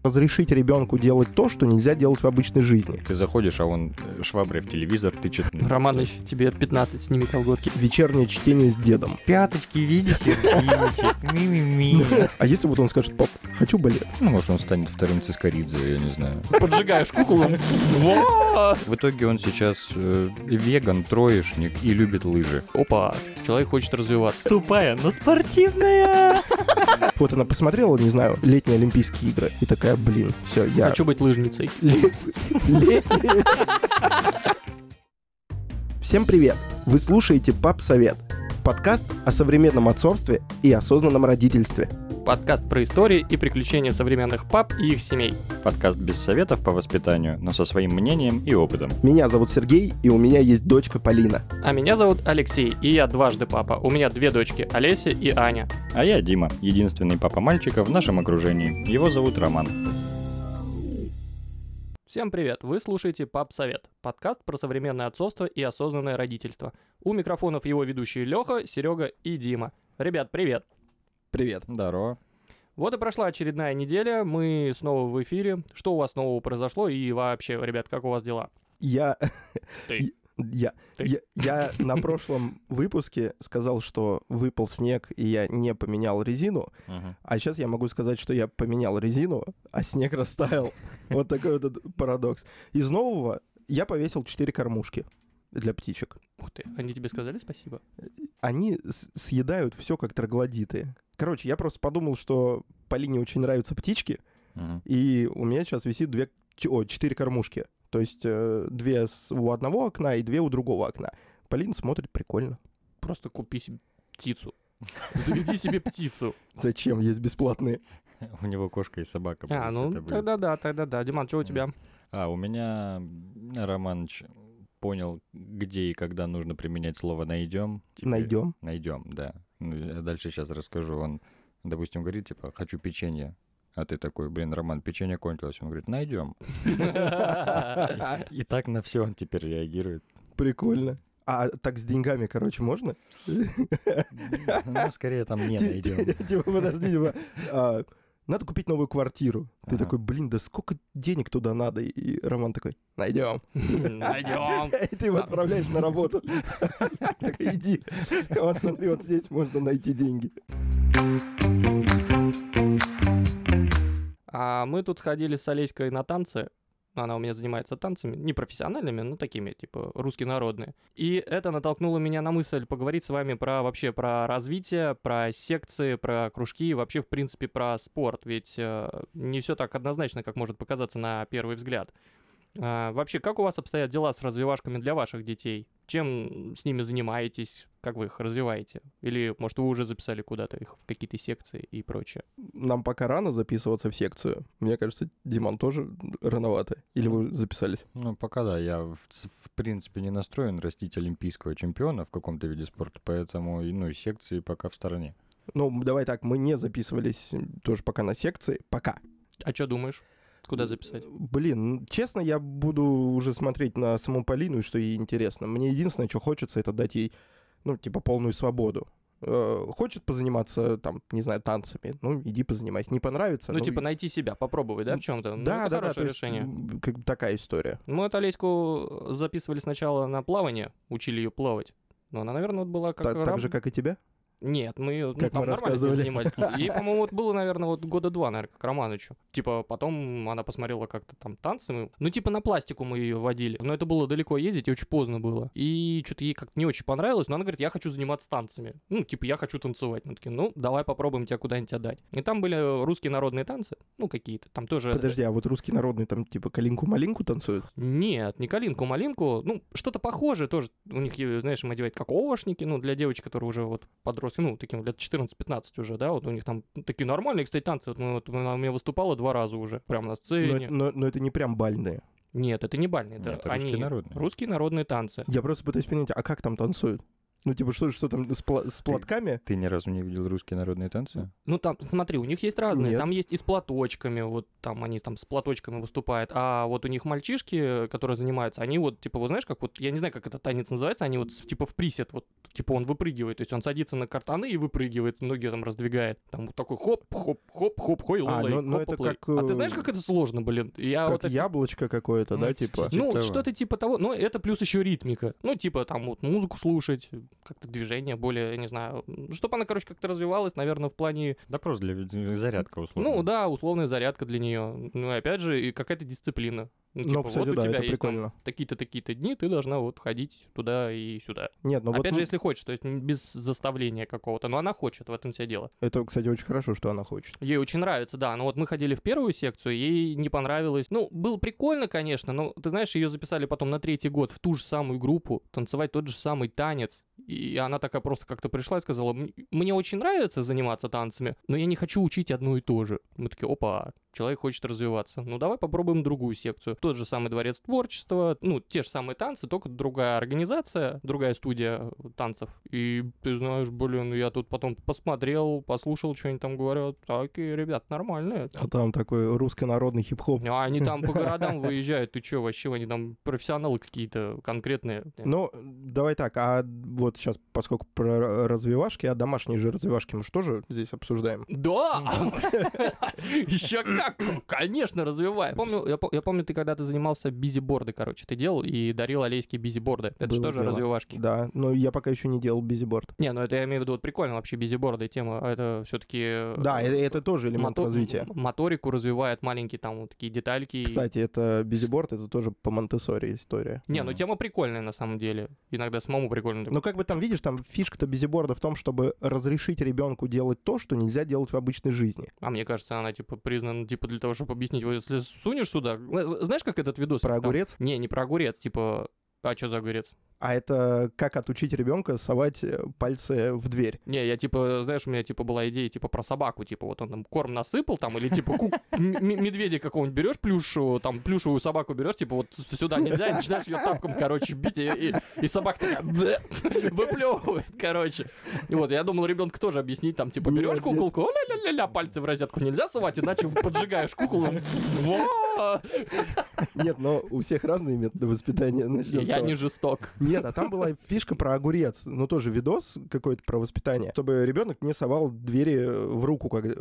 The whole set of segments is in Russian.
Разрешить ребенку делать то, что нельзя делать в обычной жизни. Ты заходишь, а он шваброй в телевизор тычет. Романыч, тебе 15, сними колготки. Вечернее чтение с дедом. Пяточки, видите? Ми-ми-ми. А если вот он скажет: пап, хочу балет? Ну, может, он станет вторым Цискоридзе, я не знаю. Поджигаешь куклу. В итоге он сейчас веган, троечник и любит лыжи. Опа, человек хочет развиваться. Тупая, но спортивная. Вот она посмотрела, не знаю, летние Олимпийские игры и такая: блин, все, я... Хочу быть лыжницей. Летние. Всем привет! Вы слушаете «Пап Совет» — подкаст о современном отцовстве и осознанном родительстве. Подкаст про истории и приключения современных пап и их семей. Подкаст без советов по воспитанию, но со своим мнением и опытом. Меня зовут Сергей, и у меня есть дочка Полина. А меня зовут Алексей, и я дважды папа. У меня две дочки, Олеся и Аня. А я Дима, единственный папа мальчика в нашем окружении. Его зовут Роман. Всем привет! Вы слушаете «Пап Совет» — подкаст про современное отцовство и осознанное родительство. У микрофонов его ведущие Леха, Серега и Дима. Ребят, привет! Привет. Здорово. Вот и прошла очередная неделя, мы снова в эфире. Что у вас нового произошло и вообще, ребят, как у вас дела? Я на прошлом выпуске сказал, что выпал снег, и я не поменял резину, а сейчас я могу сказать, что я поменял резину, а снег растаял. Вот такой вот парадокс. Из нового я повесил 4 кормушки для птичек. Ух ты, они тебе сказали спасибо? Они съедают все как троглодиты. Короче, я просто подумал, что Полине очень нравятся птички, и у меня сейчас висит 4 кормушки. То есть 2 у одного окна и 2 у другого окна. Полина смотрит прикольно. Просто купи себе птицу. Заведи себе птицу. Зачем? Есть бесплатные. У него кошка и собака. Тогда да. Диман, что у тебя? У меня Романыч понял, где и когда нужно применять слово «найдем». Найдем? Найдем, да. Я дальше сейчас расскажу. Он, допустим, говорит, хочу печенье. А ты такой: Роман, печенье кончилось. Он говорит: найдем. И так на все он теперь реагирует. Прикольно. А так с деньгами, короче, можно? Ну, скорее там не найдем. Подожди, надо купить новую квартиру. Ты такой: да сколько денег туда надо? И Роман такой: найдем. Найдем. И ты его отправляешь на работу. Такой: иди. Вот смотри, вот здесь можно найти деньги. А мы тут ходили с Олеськой на танцы. Она у меня занимается танцами, не профессиональными, но такими, типа, русские народные. И это натолкнуло меня на мысль поговорить с вами вообще про развитие, про секции, про кружки и вообще, в принципе, про спорт. Ведь не все так однозначно, как может показаться на первый взгляд. Вообще, как у вас обстоят дела с развивашками для ваших детей? Чем с ними занимаетесь? Как вы их развиваете? Или, может, вы уже записали куда-то их в какие-то секции и прочее? Нам пока рано записываться в секцию. Мне кажется, Диман тоже рановато. Или вы записались? Ну, пока да. Я, в принципе, не настроен растить олимпийского чемпиона в каком-то виде спорта, поэтому, и секции пока в стороне. Ну, давай так, мы не записывались тоже пока на секции. Пока. А что думаешь? Куда записать? Честно, я буду уже смотреть на саму Полину, и что ей интересно. Мне единственное, что хочется, это дать ей, полную свободу. Хочет позаниматься, не знаю, танцами, иди позанимайся. Не понравится? Найти себя, попробовать, да, в чем-то? Да, это да, хорошее решение. Как такая история. Мы от Олеську записывали сначала на плавание, учили ее плавать. Но она, наверное, была как... Так же, как и тебя? Нет, мы ее как мы нормально занимались. И, по-моему, было, наверное, года 2, наверное, как Романычу. Потом она посмотрела как-то там танцы. На пластику мы ее водили. Но это было далеко ездить, и очень поздно было. И что-то ей как-то не очень понравилось, но она говорит: я хочу заниматься танцами. Я хочу танцевать. Мы такие: давай попробуем тебя куда-нибудь отдать. И там были русские народные танцы, какие-то. Там тоже... Подожди, а вот русские народные там калинку-малинку танцуют? Нет, не калинку-малинку. Что-то похожее тоже. У них, знаешь, им одевают кокошники, для девочек, которые уже подростки, таким лет 14-15 уже, да, у них там такие нормальные, кстати, танцы. Она у меня выступала 2 раза уже, прямо на сцене. Но это не прям бальные. Нет, это не бальные, это русские народные. Русские народные танцы. Я просто пытаюсь понять, а как там танцуют? Ну, типа, что там с платками? Ты ни разу не видел русские народные танцы? Ну, там, смотри, у них есть разные. Нет. Там есть и с платочками, вот там они там с платочками выступают. А вот у них мальчишки, которые занимаются, они вот, типа, вот знаешь, как вот, я не знаю, как этот танец называется, они вот, типа, в присед, вот, типа, он выпрыгивает, то есть он садится на картаны и выпрыгивает, ноги там раздвигает. Там вот такой хоп-хоп-хоп-хоп, хой, лолей, ну это хоп-плей. как, А ты знаешь, как это сложно, блин? Я как вот яблочко какое-то, да, типа? Типа Ну, того. что-то типа того, но это плюс еще ритмика. Ну, типа там вот музыку слушать, как-то движение более, я не знаю, чтобы она, короче, как-то развивалась, наверное, в плане... Да просто для зарядка условно. Ну, да, условная зарядка для нее. Ну, и опять же, и какая-то дисциплина. Ну, типа, кстати, вот у да, тебя это есть там прикольно. такие-то дни, ты должна вот ходить туда и сюда. Нет, ну Опять вот же, если хочешь, то есть без заставления какого-то. Но она хочет, в этом все дело. это, кстати, очень хорошо, что она хочет. Ей очень нравится, да. Но вот мы ходили в первую секцию, ей не понравилось. Ну, было прикольно, конечно, но, ты знаешь, ее записали потом на 3-й год в ту же самую группу, танцевать тот же самый танец. И она такая просто как-то пришла и сказала, мне очень нравится заниматься танцами, но я не хочу учить одно и то же. Мы такие, опа, человек хочет развиваться. Ну, давай попробуем другую секцию. Тот же самый дворец творчества, ну, те же самые танцы, только другая организация, другая студия танцев. И ты знаешь, блин, я тут потом посмотрел, послушал, что они там говорят. Такие, ребят, нормальные. А там такой руссконародный хип-хоп. А они там по городам выезжают, ты чё, вообще, они там профессионалы какие-то конкретные. Ну, давай так, а вот сейчас, поскольку про развивашки, а домашние же развивашки мы же тоже здесь обсуждаем. Да! Еще как! Конечно, развивай. Я помню, ты когда-то занимался бизиборды, короче, ты делал и дарил алейские бизиборды. Это же Было тоже дело. развивашки. Да, но я пока еще не делал бизиборд. Не, ну это я имею в виду, вот прикольно вообще бизиборды тема. Это все-таки... Да, это тоже элемент развития. Моторику развивает маленькие там вот такие детальки. Кстати, это бизиборд, это тоже по Монтессори история. Не, ну тема прикольная на самом деле. Иногда самому прикольно. Ну, как бы там, видишь, там фишка-то бизиборда в том, чтобы разрешить ребенку делать то, что нельзя делать в обычной жизни. А мне кажется, она типа признана типа для того, чтобы объяснить. Вот если сунешь сюда... Знаешь, как этот видос? Про Там- огурец? Не про огурец, типа... А что за огурец? А это как отучить ребенка совать пальцы в дверь. Не, я типа, знаешь, у меня типа была идея типа про собаку, типа вот он там корм насыпал там, или типа медведя какого-нибудь берешь плюшевую, там плюшевую собаку берешь, типа вот сюда нельзя, и начинаешь ее тапком, короче, бить, и собака такая выплевывает, короче. И вот, я думал, ребенка тоже объяснить, там, типа, берешь Нет, куколку, ля-ля-ля-ля, пальцы в розетку нельзя сувать, иначе поджигаешь куклу. Во! Нет, но у всех разные методы воспитания. начнем с Я того. не жесток. Нет, а там была фишка про огурец. Ну, тоже видос какой-то про воспитание. Чтобы ребенок не совал двери в руку, когда...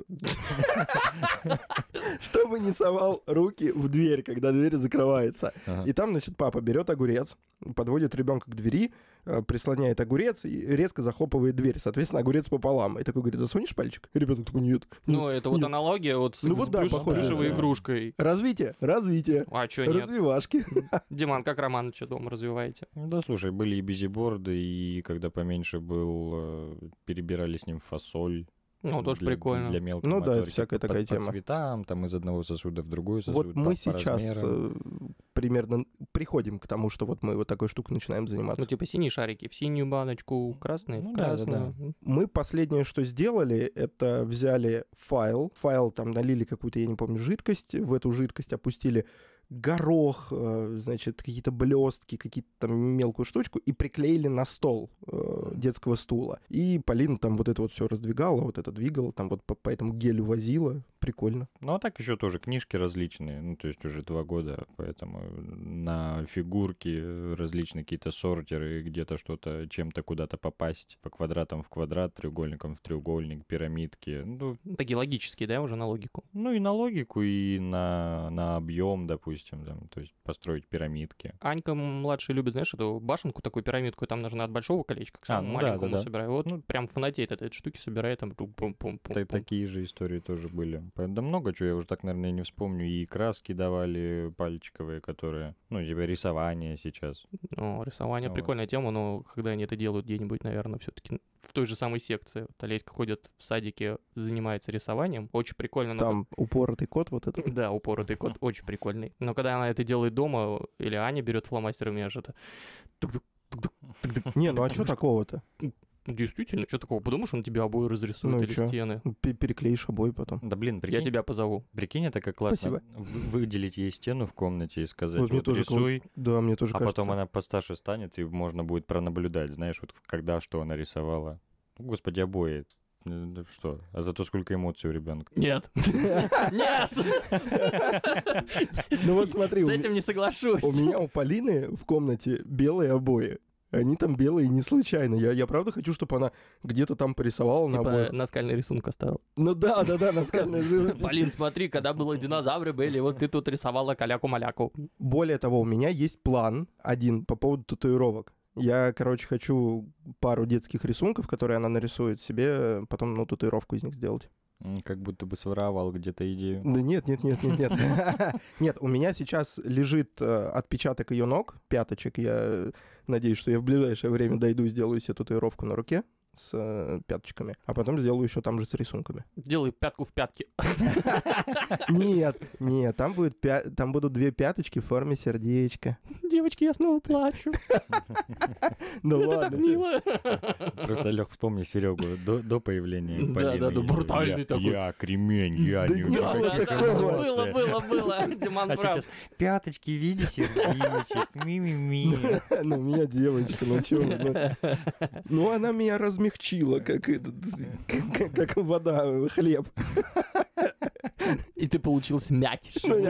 Чтобы не совал руки в дверь, когда дверь закрывается. Ага. И там, значит, папа берет огурец, подводит ребенка к двери, прислоняет огурец и резко захлопывает дверь. Соответственно, огурец пополам. И такой говорит, засунешь пальчик? И ребенок такой, нет. Ну, это вот Нет. аналогия вот с Ну вот да, с похоже, плюшевой да. игрушкой. Развитие, развитие. А чё нет? Развивашки. Диман, как Романовича дома развиваете? Да, слушай, были и бизиборды, и когда поменьше был, перебирали с ним фасоль. Ну, тоже прикольно. Для мелкой Ну да, это моторики, всякая по- такая по тема. цветам, там из одного сосуда в другой сосуд, Вот мы по сейчас размерам. примерно приходим к тому, что вот мы вот такой штукой начинаем заниматься. Ну, типа синие шарики в синюю баночку, красные Ну в да, красную. Мы последнее, что сделали, это взяли файл, там налили какую-то, я не помню, жидкость, в эту жидкость опустили горох, значит, какие-то блестки, какие-то там мелкую штучку и приклеили на стол детского стула. И Полина там вот это вот все раздвигала, вот это двигала, там вот по этому гелю возила. Прикольно. Ну, а так еще тоже книжки различные, ну, то есть уже 2 года, поэтому на фигурки различные какие-то сортеры, где-то что-то, чем-то куда-то попасть, по квадратам в квадрат, треугольникам в треугольник, пирамидки, ну, Такие логические, да, уже на логику. ну и на логику, и на объем, допустим, там, то есть построить пирамидки. Анька младший любит, знаешь, эту башенку, такую пирамидку, там нужно от большого колечка к самому ну да, маленькому да. собирать. Вот, ну, прям фанатеет от этой штуки, собирает там. Пум-пум-пум-пум. Такие же истории тоже были. Да много чего, я уже так, наверное, не вспомню. И краски давали пальчиковые, которые, ну, типа рисование сейчас. Ну, рисование Вот. прикольная тема, но когда они это делают где-нибудь, наверное, все-таки в той же самой секции. Вот Олеська ходит в садике, занимается рисованием. Очень прикольно. но Там упоротый кот вот этот. Да, упоротый кот очень прикольный. Но когда она это делает дома, или Аня берет фломастер, у меня же это... Не, ну а что такого-то? Действительно, что такого? Подумаешь, он тебе обои разрисует Ну и или чё? стены. Переклеишь обои потом. Да блин, Я прикинь, тебя позову. прикинь, это как классно Спасибо. выделить ей стену в комнате и сказать, Вот мне вот тоже рисуй, Да, мне тоже а кажется. потом она постарше станет, и можно будет пронаблюдать, знаешь, вот когда что она рисовала. Господи, обои. Да что? А зато сколько эмоций у ребенка. Нет. Нет! Ну вот смотри, С этим не соглашусь. у меня у Полины в комнате белые обои. Они там белые не случайно. Я правда хочу, чтобы она где-то там порисовала на Типа обоях. наскальный рисунок оставил. Ну да, наскальная живопись. Полин, смотри, когда было динозавры были, вот ты тут рисовала каляку-маляку. Более того, у меня есть план один по поводу татуировок. Я, короче, хочу пару детских рисунков, которые она нарисует себе, потом, ну, татуировку из них сделать. Как будто бы своровал где-то идею. Да нет. Нет, у меня сейчас лежит отпечаток ее ног, пяточек. Я надеюсь, что я в ближайшее время дойду и сделаю себе татуировку на руке с пяточками, а потом сделаю еще там же с рисунками. Делай пятку в пятке. Нет, там будут 2 пяточки в форме сердечка. Девочки, я снова плачу. Ну Это так ладно. мило. Просто, Лёх, вспомни Серегу до появления Полины. Да, брутальный такой. Я кремень, я Да не не умею. было Да, такого. было. Диман А прав. сейчас пяточки в виде сердечек, ми-ми-ми. Ну, у меня девочка, ну чё вы, ну, она меня размягчила, как вода, хлеб. И ты получился мякиш. Ну,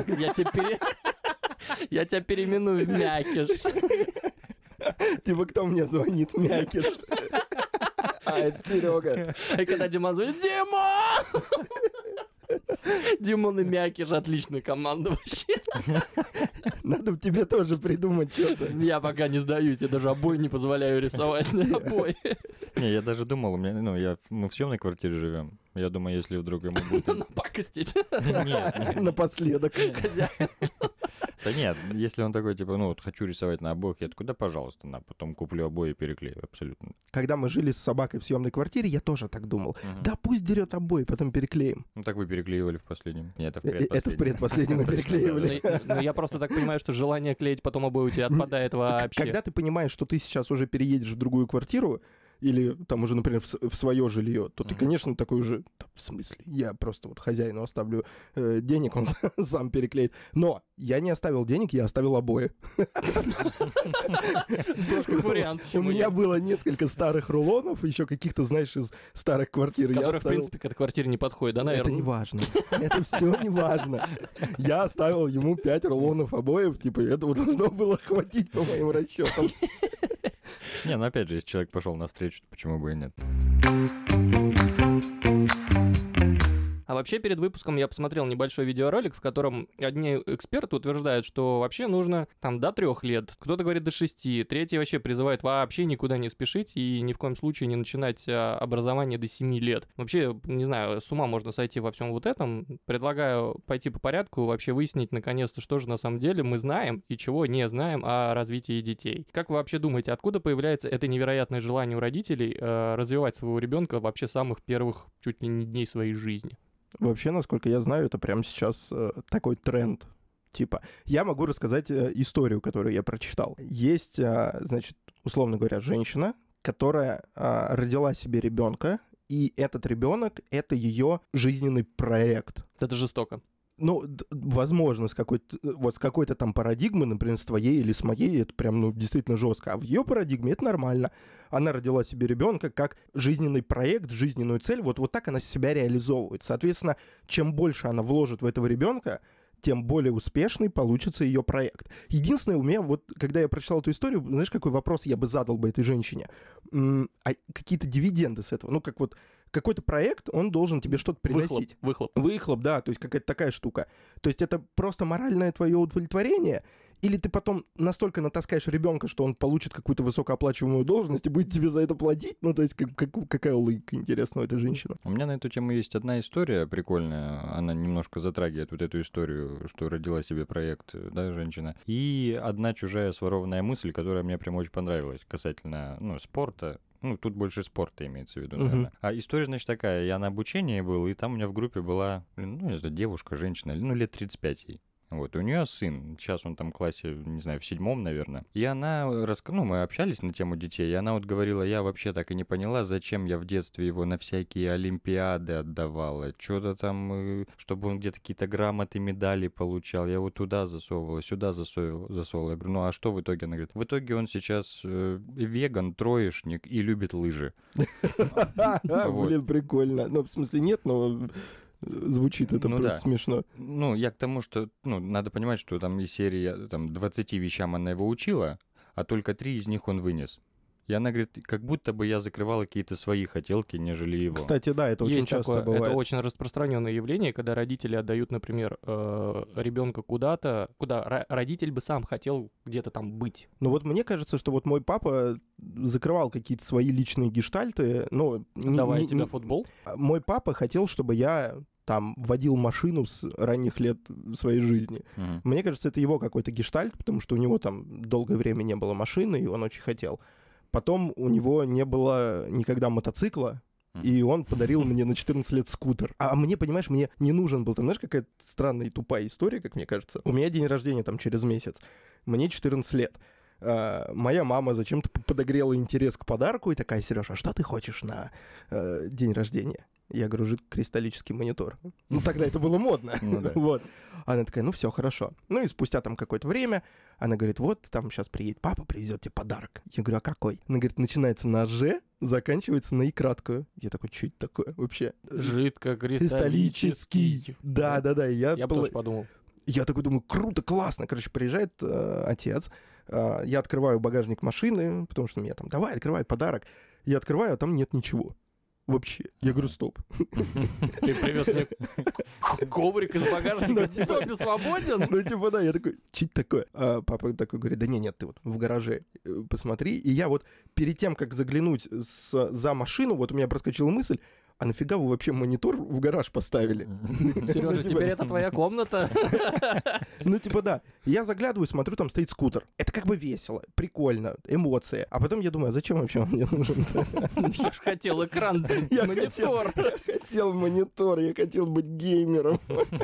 Я тебя переименую в мякиш. Типа, кто мне звонит, мякиш? А, это Серега. И когда Диман звонит, Дима! Димон и Мякиш, отличная команда вообще. Надо тебе тоже придумать что-то. Я пока не сдаюсь, я даже обои не позволяю рисовать на обои. Не, я даже думал, мы в съемной квартире живем. Я думаю, если вдруг ему будет... Напакостить. Нет, Напоследок. Хозяин. да нет, если он такой, типа, вот хочу рисовать на обоих, я такой, да, пожалуйста, потом куплю обои и переклею, абсолютно. Когда мы жили с собакой в съемной квартире, я тоже так думал. Да пусть дерет обои, потом переклеим. Ну, так вы переклеивали в последнем. Нет, Это в предпоследнем мы переклеивали. Ну, я просто так понимаю, что желание клеить потом обои у тебя отпадает вообще. Когда ты понимаешь, что ты сейчас уже переедешь в другую квартиру, или там уже, например, в свое жилье, то ты, конечно, такой уже, в смысле, я просто вот хозяину оставлю денег, он сам переклеит. Но я не оставил денег, я оставил обои. Тоже как вариант. У меня было несколько старых рулонов, еще каких-то, знаешь, из старых квартир. Которые, в принципе, к этой квартире не подходят, да, наверное? Это не важно. Это все не важно. Я оставил ему 5 рулонов обоев, типа, этого должно было хватить по моим расчетам. Не, ну опять же, если человек пошел навстречу, то почему бы и нет? А вообще перед выпуском я посмотрел небольшой видеоролик, в котором одни эксперты утверждают, что вообще нужно там до 3 лет, кто-то говорит до 6, третий вообще призывает вообще никуда не спешить и ни в коем случае не начинать образование до 7 лет. Вообще, не знаю, с ума можно сойти во всем вот этом. Предлагаю пойти по порядку, вообще выяснить наконец-то, что же на самом деле мы знаем и чего не знаем о развитии детей. Как вы вообще думаете, откуда появляется это невероятное желание у родителей развивать своего ребенка вообще с самых первых чуть ли не дней своей жизни? Вообще, насколько я знаю, это прямо сейчас такой тренд. Типа, я могу рассказать историю, которую я прочитал. Есть, значит, условно говоря, женщина, которая родила себе ребенка, и этот ребенок — это ее жизненный проект. Это жестоко. Ну, возможно, с какой-то там парадигмы, например, с твоей или с моей, это прям, ну, действительно жестко. А в ее парадигме это нормально. Она родила себе ребенка как жизненный проект, жизненную цель. Вот так она себя реализовывает. Соответственно, чем больше она вложит в этого ребенка, тем более успешный получится ее проект. Единственное, у меня, вот, когда я прочитал эту историю, знаешь, какой вопрос я бы задал бы этой женщине? А какие-то дивиденды с этого? Ну, как вот какой-то проект, он должен тебе что-то приносить. Выхлоп, да, то есть какая-то такая штука. То есть это просто моральное твое удовлетворение, или ты потом настолько натаскаешь ребенка, что он получит какую-то высокооплачиваемую должность и будет тебе за это платить? Ну, то есть какая логика, интересная у этой женщины? У меня на эту тему есть одна история прикольная. Она немножко затрагивает вот эту историю, что родила себе проект, да, женщина. И одна чужая сворованная мысль, которая мне прям очень понравилась касательно, спорта. Ну, тут больше спорта имеется в виду, наверное. А история, значит, такая. Я на обучении был, и там у меня в группе была, не знаю, девушка, женщина, лет 35 ей. Вот, у нее сын, сейчас он там в классе, не знаю, в 7, наверное. И она, мы общались на тему детей, и она вот говорила, я вообще так и не поняла, зачем я в детстве его на всякие олимпиады отдавала. Что-то там, чтобы он где-то какие-то грамоты, медали получал. Я его туда засовывала, сюда засовывала. Я говорю, ну а что в итоге? Она говорит, в итоге он сейчас веган, троечник и любит лыжи. Блин, прикольно. Ну, в смысле, нет, но... Звучит это просто смешно. Ну, я к тому, что, надо понимать, что там из серии, там, 20 вещам она его учила, а только 3 из них он вынес. И она говорит, как будто бы я закрывала какие-то свои хотелки, нежели его. Кстати, да, это очень часто бывает. Это очень распространенное явление, когда родители отдают, например, ребенка куда-то, куда родитель бы сам хотел где-то там быть. Ну вот мне кажется, что вот мой папа закрывал какие-то свои личные гештальты. Давай тебя футбол? Мой папа хотел, чтобы я там водил машину с ранних лет своей жизни. Мне кажется, это его какой-то гештальт, потому что у него там долгое время не было машины, и он очень хотел. Потом у него не было никогда мотоцикла, и он подарил мне на 14 лет скутер. А мне, понимаешь, мне не нужен был, там, знаешь, какая-то странная и тупая история, как мне кажется. У меня день рождения там через месяц. Мне 14 лет. Моя мама зачем-то подогрела интерес к подарку и такая, Серёж, а что ты хочешь на день рождения? Я говорю, жидкокристаллический монитор. Ну, тогда это было модно. Вот. Она такая, ну, все хорошо. Ну, и спустя там какое-то время она говорит, вот, там сейчас приедет папа, привезет тебе подарок. Я говорю, а какой? Она говорит, начинается на «Ж», заканчивается на «И» краткую. Я такой, что это такое вообще? Жидкокристаллический. Да. Я бы тоже подумал. Я такой думаю, круто, классно. Короче, приезжает отец, я открываю багажник машины, потому что мне там, давай, открывай подарок. Я открываю, а там нет ничего. Вообще. Я говорю, стоп. Ты привез мне коврик из багажника, ты свободен? Ну, типа, да, я такой, что это такое? А папа такой говорит, да нет, ты вот в гараже посмотри. И я вот перед тем, как заглянуть за машину, вот у меня проскочила мысль, а нафига вы вообще монитор в гараж поставили? Сережа, теперь это твоя комната. Ну, типа, да. Я заглядываю, смотрю, там стоит скутер. Это как бы весело, прикольно, эмоции. А потом я думаю, а зачем вообще он мне нужен? Я ж хотел экран, монитор. Я хотел монитор, я хотел быть геймером.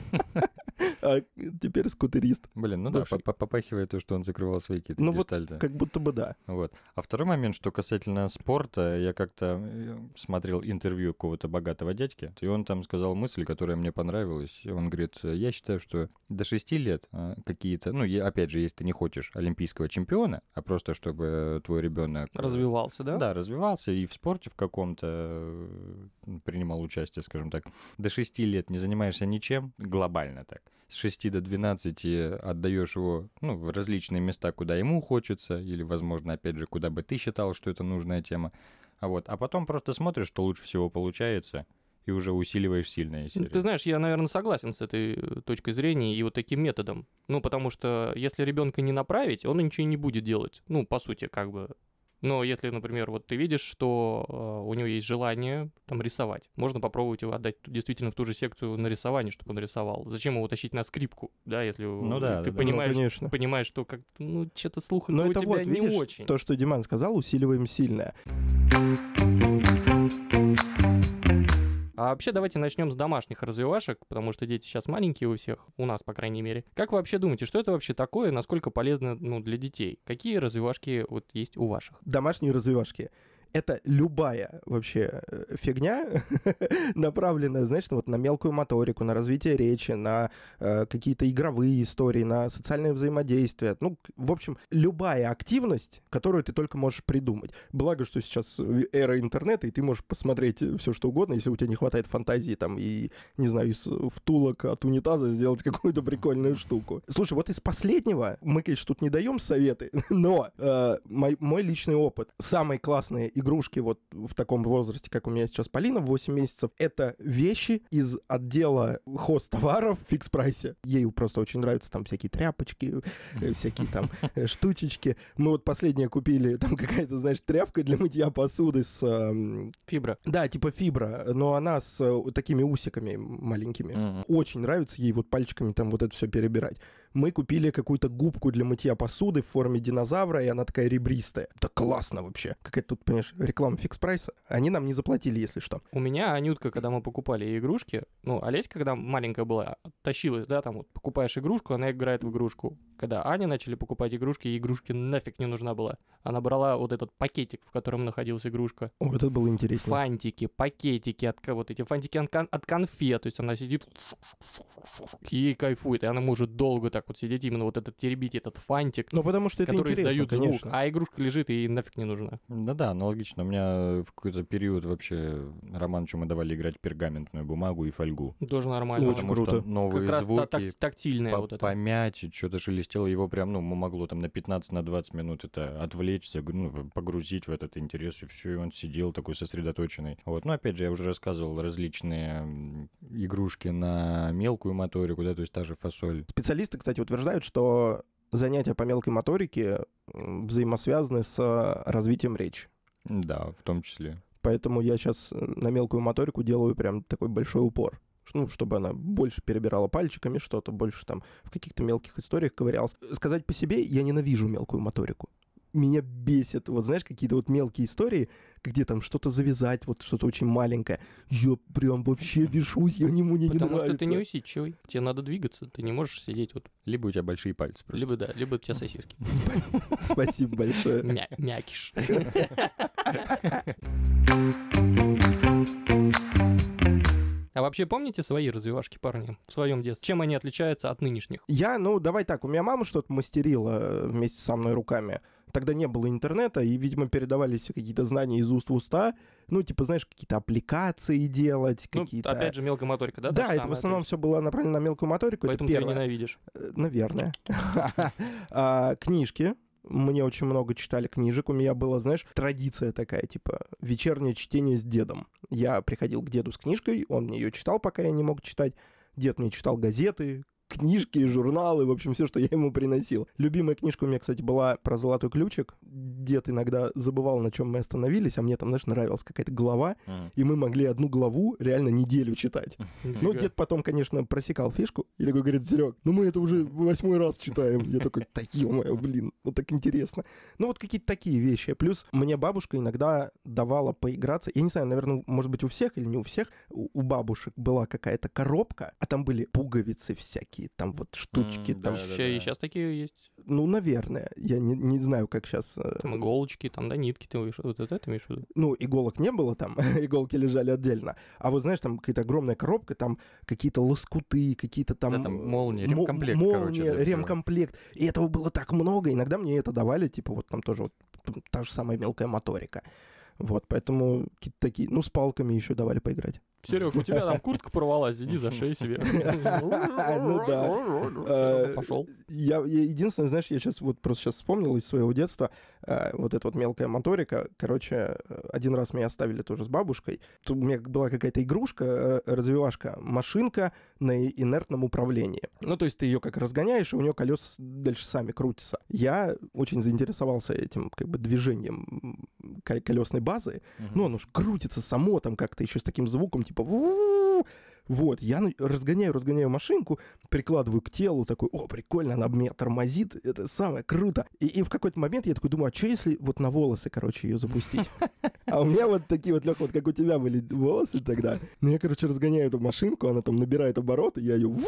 А теперь скутерист. Блин, ну да, попахивает то, что он закрывал свои какие-то гештальты. Вот как будто бы да. Вот. А второй момент, что касательно спорта, я как-то смотрел интервью какого-то богатого дядьки, и он там сказал мысль, которая мне понравилась. Он говорит, я считаю, что до 6 лет какие-то, опять же, если ты не хочешь олимпийского чемпиона, а просто чтобы твой ребенок развивался, да? Да, развивался и в спорте в каком-то принимал участие, скажем так. До 6 лет не занимаешься ничем, глобально так. С 6 до 12 отдаешь его в различные места, куда ему хочется, или, возможно, опять же, куда бы ты считал, что это нужная тема. А потом просто смотришь, что лучше всего получается, и уже усиливаешь сильные серии. Ты знаешь, я, наверное, согласен с этой точкой зрения и вот таким методом. Потому что если ребенка не направить, он ничего не будет делать. По сути, как бы. Но если, например, вот ты видишь, что у него есть желание там рисовать, можно попробовать его отдать действительно в ту же секцию на рисование, чтобы он рисовал. Зачем его тащить на скрипку, да, если ты понимаешь, что как что-то слуха у тебя вот, не видишь, очень. То, что Диман сказал, усиливаем сильное. А вообще давайте начнем с домашних развивашек, потому что дети сейчас маленькие у всех, у нас, по крайней мере. Как вы вообще думаете, что это вообще такое, насколько полезно для детей? Какие развивашки вот есть у ваших? Домашние развивашки. Это любая вообще фигня, направленная, знаешь, вот на мелкую моторику, на развитие речи, на какие-то игровые истории, на социальное взаимодействие. В общем, любая активность, которую ты только можешь придумать. Благо, что сейчас эра интернета, и ты можешь посмотреть все, что угодно, если у тебя не хватает фантазии, там, и, не знаю, из втулок от унитаза сделать какую-то прикольную штуку. Слушай, вот из последнего, мы, конечно, тут не даем советы, но мой личный опыт, самые классные игрушки вот в таком возрасте, как у меня сейчас Полина, в 8 месяцев, это вещи из отдела хозтоваров в фикс-прайсе. Ей просто очень нравятся там всякие тряпочки, всякие там штучечки. Мы вот последнее купили, там какая-то, знаешь, тряпка для мытья посуды с... Фибра. Да, типа фибра, но она с такими усиками маленькими. Очень нравится ей вот пальчиками там вот это все перебирать. мы купили какую-то губку для мытья посуды в форме динозавра, и она такая ребристая. Это классно вообще. Какая-то тут, понимаешь, реклама фикс-прайса. Они нам не заплатили, если что. У меня Анютка, когда мы покупали игрушки, ну, Олеся, когда маленькая была, тащилась, да, там вот покупаешь игрушку, она играет в игрушку. Когда Аня начали покупать игрушки, ей игрушки нафиг не нужна была. Она брала вот этот пакетик, в котором находилась игрушка. О, это было интересно. Фантики, пакетики, вот эти фантики от конфет. То есть она сидит и кайфует, и она может долго так вот сидеть, именно вот этот теребить этот фантик, Ну, потому что это который интересно, издает конечно. звук, а игрушка лежит и нафиг не нужна. Да, аналогично. У меня в какой-то период вообще Романчу мы давали играть пергаментную бумагу и фольгу. Тоже нормально. Очень Потому круто. что новые Как раз звуки, тактильная вот это. помять, что-то шелестело, его прям, ну, могло там на 15-20 минут это отвлечься, ну, погрузить в этот интерес, и все, и он сидел такой сосредоточенный. Вот, ну, опять же, я уже рассказывал различные игрушки на мелкую моторику, да, то есть та же фасоль. Специалисты, кстати, утверждают, что занятия по мелкой моторике взаимосвязаны с развитием речи. Да, в том числе. Поэтому я сейчас на мелкую моторику делаю прям такой большой упор. Ну, чтобы она больше перебирала пальчиками что-то, больше там в каких-то мелких историях ковырялась. Сказать по себе, я ненавижу мелкую моторику. Меня бесит, вот знаешь, какие-то вот мелкие истории, где там что-то завязать, вот что-то очень маленькое. Я прям вообще бешусь, мне не нравится. Потому что ты не усидчивый, тебе надо двигаться, ты не можешь сидеть вот. Либо у тебя большие пальцы просто. Либо да, либо у тебя сосиски. Спасибо большое. Мякиш. А вообще помните свои развивашки, парни, в своем детстве? Чем они отличаются от нынешних? Ну, давай так, у меня мама что-то мастерила вместе со мной руками. Тогда не было интернета, и, видимо, передавались какие-то знания из уст в уста. Ну, типа, знаешь, какие-то аппликации делать, Ну, какие-то... опять же, мелкая моторика, да? Да, это в основном все было направлено на мелкую моторику. Поэтому это ты её первое. ненавидишь. Наверное. Книжки. Мне очень много читали книжек. У меня была, знаешь, традиция такая, типа, вечернее чтение с дедом. Я приходил к деду с книжкой, он мне ее читал, пока я не мог читать. Дед мне читал газеты, книжки, журналы, в общем, все, что я ему приносил. Любимая книжка у меня, кстати, была про золотой ключик. Дед иногда забывал, на чем мы остановились, а мне там, знаешь, нравилась какая-то глава, и мы могли одну главу реально неделю читать. Ну, дед потом, конечно, просекал фишку и такой говорит: Серег, ну мы это уже 8-й раз читаем. Я такой: да ё-моё, блин, вот так интересно. Ну, вот какие-то такие вещи. Плюс мне бабушка иногда давала поиграться. Я не знаю, наверное, может быть, у всех или не у всех. У бабушек была какая-то коробка, а там были пуговицы всякие, там вот штучки. Там... И сейчас такие есть. Ну, наверное. Я не знаю, как сейчас... Там иголочки, там, да, нитки, ты вот это имеешь в виду? Ну, иголок не было там, иголки лежали отдельно. А вот, знаешь, там какая-то огромная коробка, там какие-то лоскуты, какие-то там... Да, там молнии, ремкомплект, молния, короче. ремкомплект. И этого было так много. Иногда мне это давали, типа, вот там тоже вот та же самая мелкая моторика. Вот, поэтому какие-то такие... Ну, с палками еще давали поиграть. Серег, у тебя там куртка порвалась, иди за шею себе. Ну да. Пошел. Я единственное, знаешь, я сейчас вот просто сейчас вспомнил из своего детства вот эта вот мелкая моторика. Короче, один раз меня оставили тоже с бабушкой. Тут у меня была какая-то игрушка, развивашка, машинка на инертном управлении. Ну, то есть ты ее как разгоняешь, и у нее колеса дальше сами крутятся. Я очень заинтересовался этим как бы движением колесной базы. Ну, оно же крутится само там как-то еще с таким звуком, типа вот, я разгоняю машинку, прикладываю к телу, такой: о, прикольно, она меня тормозит, это самое круто. И в какой-то момент я такой думаю: а что если вот на волосы, короче, ее запустить? А у меня вот такие вот, Лёха, вот как у тебя были волосы тогда. Ну, я, короче, разгоняю эту машинку, она там набирает обороты, я ее...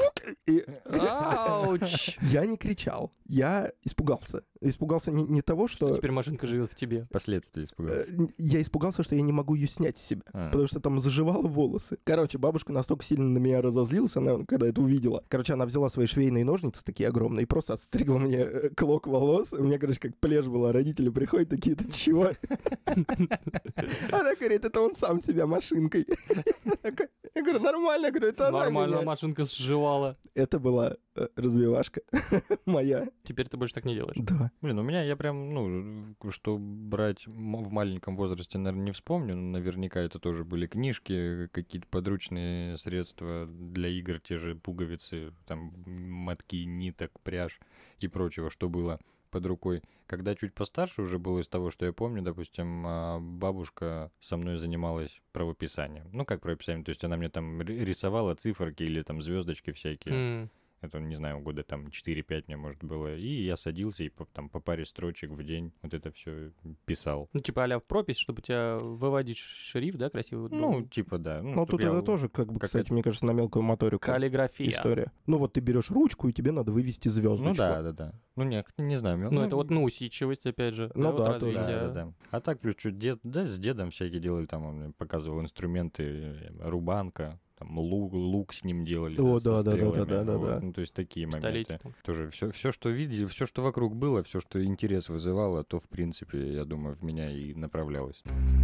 Ауч! Я не кричал, я испугался. Испугался не того, что... Теперь машинка живет в тебе. Последствия испугался. Я испугался, что я не могу ее снять с себя, потому что там заживало волосы. Короче, бабушка настолько сильно на меня разозлилась, она, когда это увидела. Короче, она взяла свои швейные ножницы, такие огромные, и просто отстригла мне клок волос. У меня, короче, как плешь была. Родители приходят такие: ты чего? Она говорит: это он сам себя машинкой. Я говорю: нормально, я говорю, это она Нормально, меня. машинка сживала. Это была развивашка моя. Теперь ты больше так не делаешь. Да. Блин, у меня я прям, ну, что брать в маленьком возрасте, наверное, не вспомню. Наверняка это тоже были книжки, какие-то подручные средства для игр, те же пуговицы, там, мотки, ниток, пряжь и прочего, что было под рукой. Когда чуть постарше уже было, из того, что я помню, допустим, бабушка со мной занималась правописанием. Ну, как правописанием, то есть она мне там рисовала циферки или там звездочки всякие. Это, не знаю, года там 4-5 мне, может, было. И я садился и там по паре строчек в день вот это все писал. Ну, типа а-ля в пропись, чтобы у тебя выводить шрифт, да, красивый? Ну, типа, да. Ну, тут это тоже, как бы, кстати, мне кажется, на мелкую моторику. Каллиграфия. История. Ну, вот ты берешь ручку, и тебе надо вывести звездочку. Ну, да. Ну, не знаю. Ну, это вот, усидчивость, опять же. Ну, да, вот развитие. Да. А так, плюс что, с дедом всякие делали, там он мне показывал инструменты, рубанка, там лук с ним делали. О, со да. стрелами. Ну, то есть такие Пистолетик моменты. там. Тоже все, что видели, все, что вокруг было, все, что интерес вызывало, то, в принципе, я думаю, в меня и направлялось.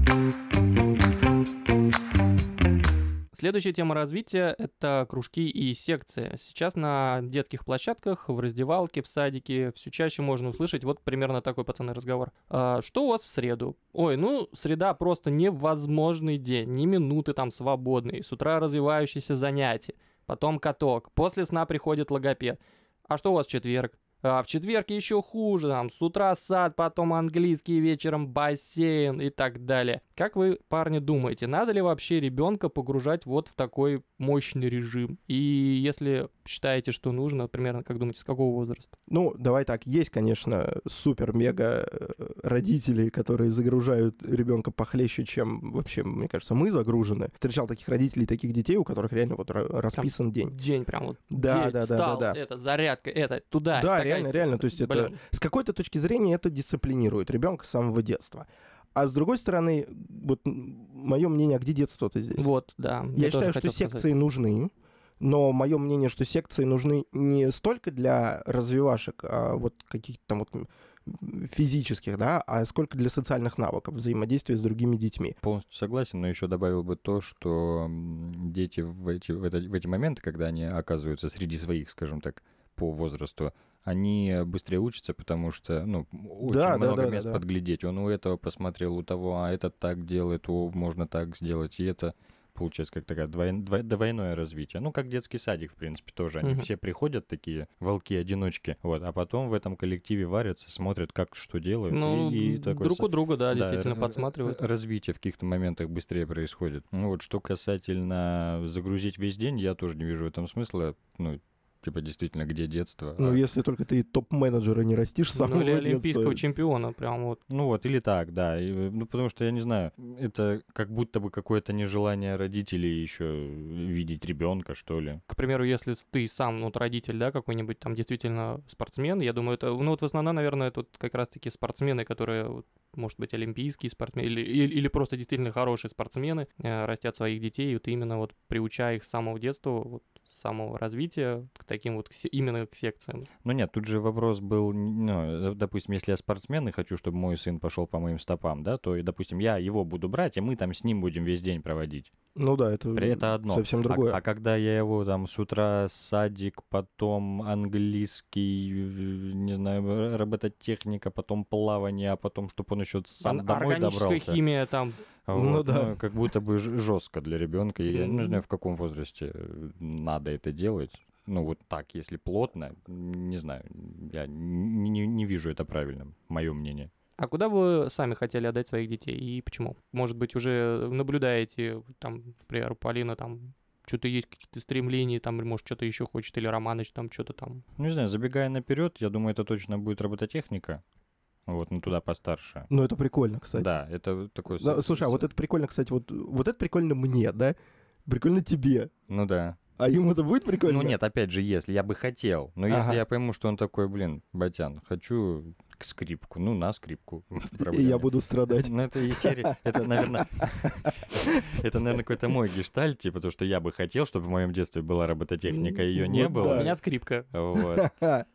Следующая тема развития — это кружки и секции. Сейчас на детских площадках, в раздевалке, в садике все чаще можно услышать вот примерно такой, пацаны, разговор. Что у вас в среду? Ой, среда просто невозможный день, ни минуты там свободной. С утра развивающиеся занятия, потом каток, после сна приходит логопед. А что у вас в четверг? А в четверг еще хуже, там, с утра сад, потом английский, вечером бассейн и так далее. Как вы, парни, думаете, надо ли вообще ребенка погружать вот в такой мощный режим? И если считаете, что нужно, примерно, как думаете, с какого возраста? Ну, давай так, есть, конечно, супер-мега родители, которые загружают ребенка похлеще, чем вообще, мне кажется, мы загружены. Встречал таких родителей, таких детей, у которых реально вот расписан день. День прям вот. Да. Это зарядка, это туда. Да, реально, то есть это с какой-то точки зрения это дисциплинирует ребенка с самого детства. А с другой стороны, вот мое мнение, а где детство-то здесь? Вот, да. Я считаю, что секции нужны, но мое мнение, что секции нужны не столько для развивашек, а вот каких-то там вот физических, да, а сколько для социальных навыков, взаимодействия с другими детьми. Полностью согласен, но еще добавил бы то, что дети в эти моменты, когда они оказываются среди своих, скажем так, по возрасту, они быстрее учатся, потому что, очень много мест подглядеть. Он у этого посмотрел, у того, а этот так делает, можно так сделать, и это получается как такое двойное развитие. Ну, как детский садик, в принципе, тоже. Они все приходят такие волки-одиночки, вот, а потом в этом коллективе варятся, смотрят, как что делают. И такой друг у друга, да, действительно подсматривают. Развитие в каких-то моментах быстрее происходит. Ну, вот, что касательно загрузить весь день, я тоже не вижу в этом смысла, типа, действительно, где детство? Ну, если только ты топ-менеджера не растишь с самого детства. Или олимпийского чемпиона, прям вот. Ну вот, или так, да. Потому что, я не знаю, это как будто бы какое-то нежелание родителей еще видеть ребенка, что ли. К примеру, если ты сам, родитель, да, какой-нибудь там действительно спортсмен, я думаю, это, в основном, наверное, тут как раз-таки спортсмены, которые, может быть, олимпийские спортсмены, или просто действительно хорошие спортсмены, растят своих детей, и вот именно вот приучая их с самого детства, вот, с самого развития к таким вот именно к секциям. Ну нет, тут же вопрос был, допустим, если я спортсмен и хочу, чтобы мой сын пошел по моим стопам, да, то, допустим, я его буду брать, и мы там с ним будем весь день проводить. Ну да, это одно. Совсем другое. А когда я его там с утра садик, потом английский, не знаю, робототехника, потом плавание, а потом, чтобы он еще сам домой добрался. Органическая химия там. Вот, как будто бы жестко для ребенка. И я не знаю, в каком возрасте надо это делать. Вот так, если плотно, не знаю, я не вижу это правильным, мое мнение. А куда вы сами хотели отдать своих детей и почему? Может быть, уже наблюдаете, там, например, у Полины там что-то есть, какие-то стремления, там, или, может, что-то еще хочет, или Романыч там что-то там. Не знаю, забегая наперед, я думаю, это точно будет робототехника. Вот, туда постарше. Ну, это прикольно, кстати. Да, это такой... Слушай, а вот это прикольно, кстати, вот это прикольно мне, да? Прикольно тебе. Ну да. А ему это будет прикольно? Ну нет, опять же, если я бы хотел. Но если я пойму, что он такой, Батян, хочу скрипку, на скрипку. И я буду страдать. Ну это из серии, это, наверное, какой-то мой гештальт, типа, то, что я бы хотел, чтобы в моем детстве была робототехника, ее не было. У меня скрипка. Вот.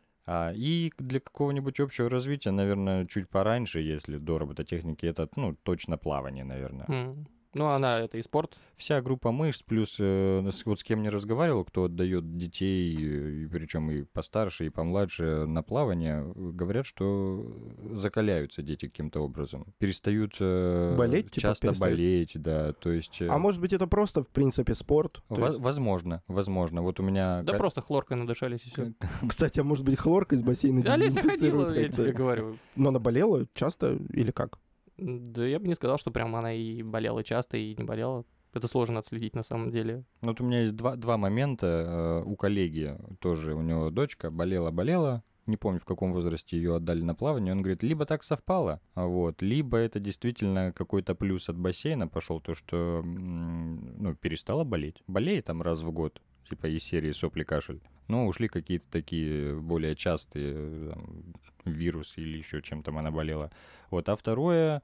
И для какого-нибудь общего развития, наверное, чуть пораньше, если до робототехники, это, точно плавание, наверное. Она это и спорт. Вся группа мышц, плюс вот с кем не разговаривал, кто отдает детей, причем и постарше, и помладше на плавание, говорят, что закаляются дети каким-то образом. Перестают болеть, часто болеть, да, то есть... А может быть, это просто, в принципе, спорт? Возможно. Вот у меня... Да просто хлоркой надышались и все. Кстати, а может быть, хлорка из бассейна Олеся ходила, дезинфицирует я как-то? тебе говорю. Но она болела часто или как? Да я бы не сказал, что прям она и болела часто, и не болела. Это сложно отследить на самом деле. Вот у меня есть два момента. У коллеги тоже, у него дочка болела. Не помню, в каком возрасте ее отдали на плавание. Он говорит, либо так совпало, вот, либо это действительно какой-то плюс от бассейна пошел, то, что перестала болеть. Болеет там раз в год, типа из серии сопли, кашель. Но ушли какие-то такие более частые вирусы или еще чем там она болела. Вот, а второе,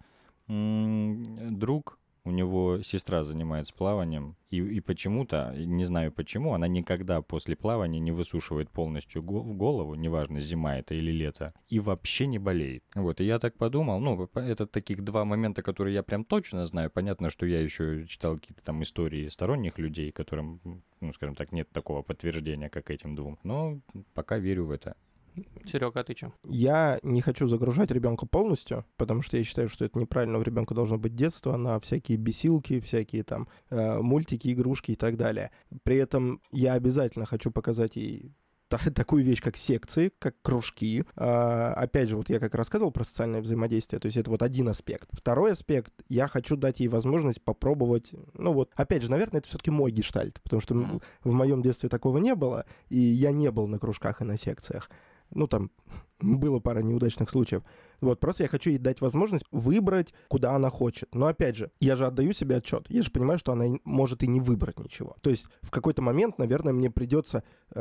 друг... У него сестра занимается плаванием, и почему-то, не знаю почему, она никогда после плавания не высушивает полностью голову, неважно, зима это или лето, и вообще не болеет. Вот, и я так подумал, это таких два момента, которые я прям точно знаю. Понятно, что я еще читал какие-то там истории сторонних людей, которым, скажем так, нет такого подтверждения, как этим двум. Но пока верю в это. Серега, а ты что? Я не хочу загружать ребенка полностью, потому что я считаю, что это неправильно. У ребенка должно быть детство на всякие бесилки, всякие там мультики, игрушки и так далее. При этом я обязательно хочу показать ей такую вещь, как секции, как кружки. Опять же, вот я как рассказывал про социальное взаимодействие, то есть это вот один аспект. Второй аспект, я хочу дать ей возможность попробовать, опять же, наверное, это все-таки мой гештальт, потому что в моем детстве такого не было, и я не был на кружках и на секциях. Там было пара неудачных случаев. Вот, просто я хочу ей дать возможность выбрать, куда она хочет. Но, опять же, я же отдаю себе отчет. Я же понимаю, что она может и не выбрать ничего. То есть в какой-то момент, наверное, мне придется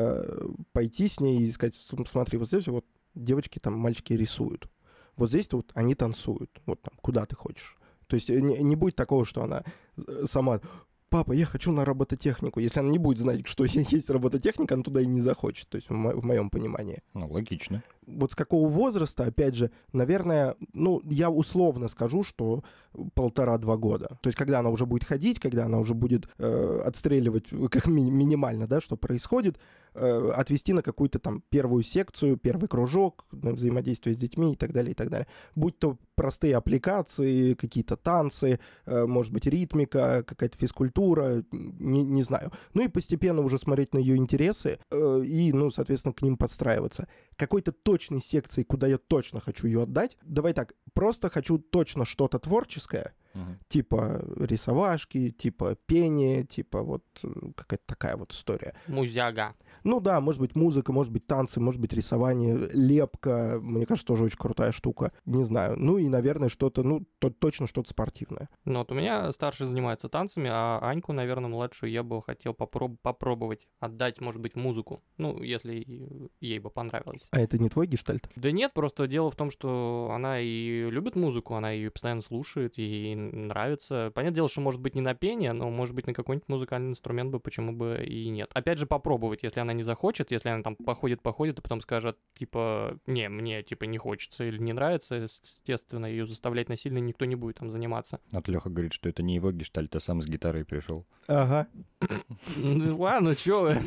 пойти с ней и сказать, смотри, вот здесь вот девочки, там, мальчики рисуют. Вот здесь вот они танцуют. Вот там, куда ты хочешь. То есть не будет такого, что она сама... Папа, я хочу на робототехнику. Если она не будет знать, что есть робототехника, она туда и не захочет, то есть в моем понимании. Логично. Вот с какого возраста, опять же, наверное, я условно скажу, что 1,5-2 года. То есть когда она уже будет ходить, когда она уже будет отстреливать как минимально, да, что происходит, отвести на какую-то там первую секцию, первый кружок, на взаимодействие с детьми и так далее, и так далее. Будь то простые аппликации, какие-то танцы, может быть, ритмика, какая-то физкультура, не знаю. И постепенно уже смотреть на ее интересы и, соответственно, к ним подстраиваться. Какой-то точной секции, куда я точно хочу ее отдать. Давай так, просто хочу точно что-то творческое, типа рисовашки, типа пение, типа вот какая-то такая вот история. Музяга. Да, может быть музыка, может быть танцы, может быть рисование, лепка. Мне кажется, тоже очень крутая штука. Не знаю. И, наверное, что-то, точно что-то спортивное. Вот у меня старший занимается танцами, а Аньку, наверное, младшую я бы хотел попробовать отдать, может быть, музыку. Если ей бы понравилось. А это не твой гештальт? Да нет, просто дело в том, что она и любит музыку, она ее постоянно слушает, ей нравится. Понятное дело, что может быть не на пение, но может быть на какой-нибудь музыкальный инструмент бы, почему бы и нет. Опять же, попробовать, если она не захочет, если она там походит, и потом скажет, типа, мне, типа, не хочется или не нравится, естественно, ее заставлять насильно никто не будет там заниматься. Вот Леха говорит, что это не его гештальт, а сам с гитарой пришел. Ага. Ладно, чё вы.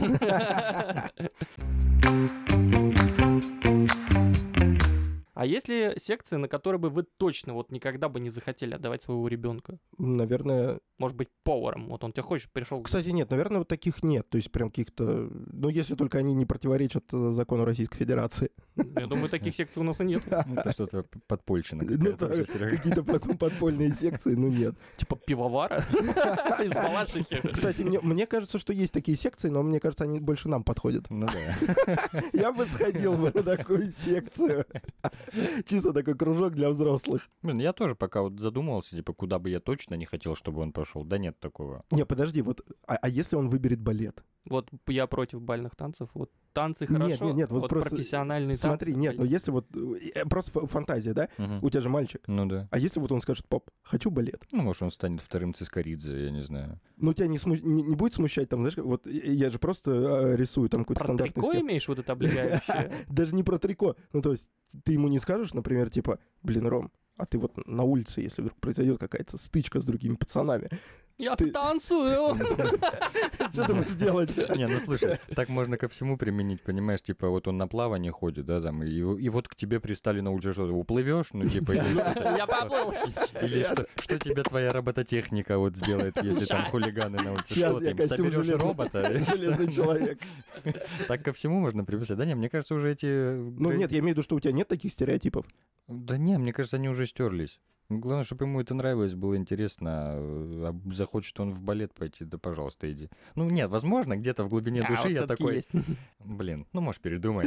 А есть ли секции, на которые бы вы точно никогда бы не захотели отдавать своего ребенка? Наверное... Может быть, поваром. Вот он тебя хочет, пришел... Кстати, нет, наверное, вот таких нет. То есть прям каких-то... если только они не противоречат закону Российской Федерации. Я думаю, таких секций у нас и нет. Это что-то подпольщина какая-то. Какие-то подпольные секции, нет. Типа пивовара из Балашихи. Кстати, мне кажется, что есть такие секции, но мне кажется, они больше нам подходят. Да. Я бы сходил на такую секцию. Чисто такой кружок для взрослых. Я тоже пока задумывался, типа, куда бы я точно не хотел, чтобы он пошел. Да нет такого. Не, подожди, а если он выберет балет? Вот я против бальных танцев. Вот танцы хорошо. Нет, вот просто профессиональные танцы. Смотри, нет, если просто фантазия, да? У тебя же мальчик. Да. А если он скажет, пап, хочу балет? Может, он станет вторым Цискоридзе, я не знаю. Тебя не будет смущать, там, знаешь, вот я же просто рисую там какой-то стандартный стиль. Про трико имеешь вот это облегающее? Даже не про трико. То есть ты ему не скажешь, например, типа, Ром, а ты вот на улице, если вдруг произойдет какая-то стычка с другими пацанами, я танцую! Что ты будешь делать? Не, слушай, так можно ко всему применить, понимаешь, типа вот он на плавание ходит, да, там, и вот к тебе пристали на улице, что, уплывешь, типа, или что-то. Я поплыл! Или что тебе твоя робототехника вот сделает, если там хулиганы на улице? Сейчас я костюм соберешь робота? Железный человек. Так ко всему можно приписать. Да не, мне кажется, уже эти... Нет, я имею в виду, что у тебя нет таких стереотипов. Да не, мне кажется, они уже стерлись. Главное, чтобы ему это нравилось, было интересно. А захочет он в балет пойти, да пожалуйста, иди. Ну нет, возможно, где-то в глубине души вот я всё-таки такой... есть. Блин, ну может передумай.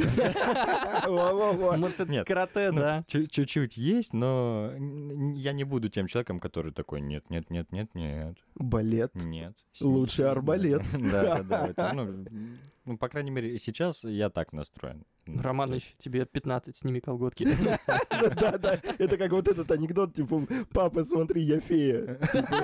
Может, все-таки Нет, карате, Ну, да. Чуть-чуть есть, но я не буду тем человеком, который такой, нет. Балет. Нет. Лучший арбалет. Да. Ну, по крайней мере, сейчас я так настроен. Романыч, тебе 15, сними колготки. Да, это как вот этот анекдот, типа, папа, смотри, я фея.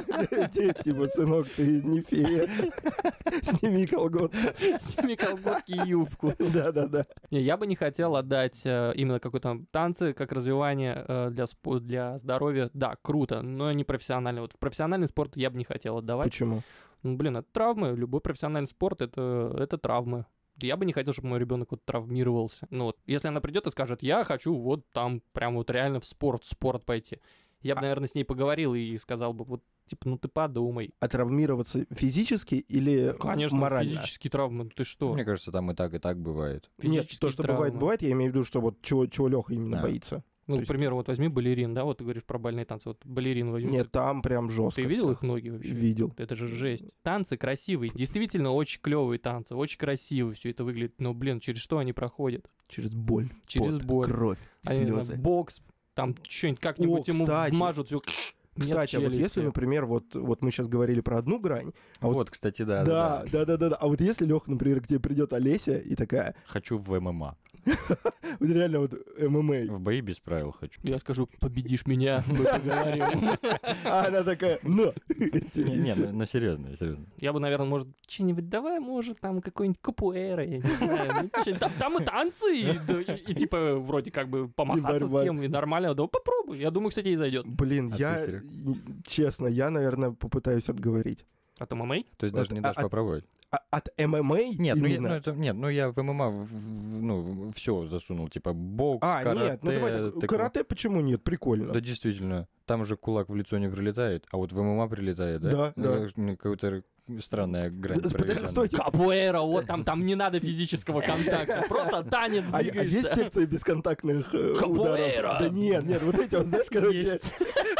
Типа, сынок, ты не фея. Сними колготки. Сними колготки и юбку. Да. Не, я бы не хотел отдать именно какой-то танцы как развивание для здоровья. Да, круто, но не профессионально. Вот в профессиональный спорт я бы не хотел отдавать. Почему? Ну, блин, это травмы. Любой профессиональный спорт это травмы. Я бы не хотел, чтобы мой ребенок вот травмировался. Ну вот, если она придет и скажет, я хочу вот там прям вот реально в спорт пойти. Я бы, наверное, с ней поговорил и сказал бы, вот, типа, ну ты подумай. А травмироваться физически или Конечно, морально? физические травмы, ты что? Мне кажется, там и так бывает. Нет, то, Физические что травмы. бывает, я имею в виду, что вот чего Леха именно Да. боится. Ну, То к примеру, вот возьми балерин, да, вот ты говоришь про бальные танцы, вот балерин возьми. Нет, там прям жестко. Ты видел всё. их ноги вообще? Видел. Это же жесть. Танцы красивые, действительно очень клевые танцы, очень красиво все это выглядит. Но, блин, через что они проходят? Через боль. Через пот, боль. Кровь, Они на слезы. бокс, там что-нибудь как-нибудь ему кстати. вмажут, все. Кстати, а вот если, например, вот мы сейчас говорили про одну грань, а Вот, кстати, да. да. А вот если, Леха, например, к тебе придет Олеся и такая, Хочу в ММА. вот реально вот ММА, В бои без правил хочу. Я скажу, победишь меня, мы поговорим. а она такая, ну, Не, ну серьезно. Я бы, наверное, может, что-нибудь давай, может, там какой-нибудь капуэра, я не знаю. ну, что-нибудь. Там и танцы, и типа вроде как бы помахаться с борьба. кем, и нормально. Да попробуй. Я думаю, кстати, и зайдет. Блин, А я, ты, Серёг? честно, я, наверное, попытаюсь отговорить. От ММА? То есть Вот, даже не дашь попробовать? От ММА Нет, именно? я в ММА все засунул, типа бокс, карате. Нет, ну давай так, карате почему нет? Прикольно. Да, действительно. Там же кулак в лицо не прилетает, а вот в ММА прилетает, да? Да. Какая-то странная грань Подожди, проведена. стойте. Капуэра, вот там не надо физического контакта. Просто танец А есть двигаешься. секции бесконтактных ударов? Капуэра! Да нет, вот эти вот, знаешь, короче... Есть.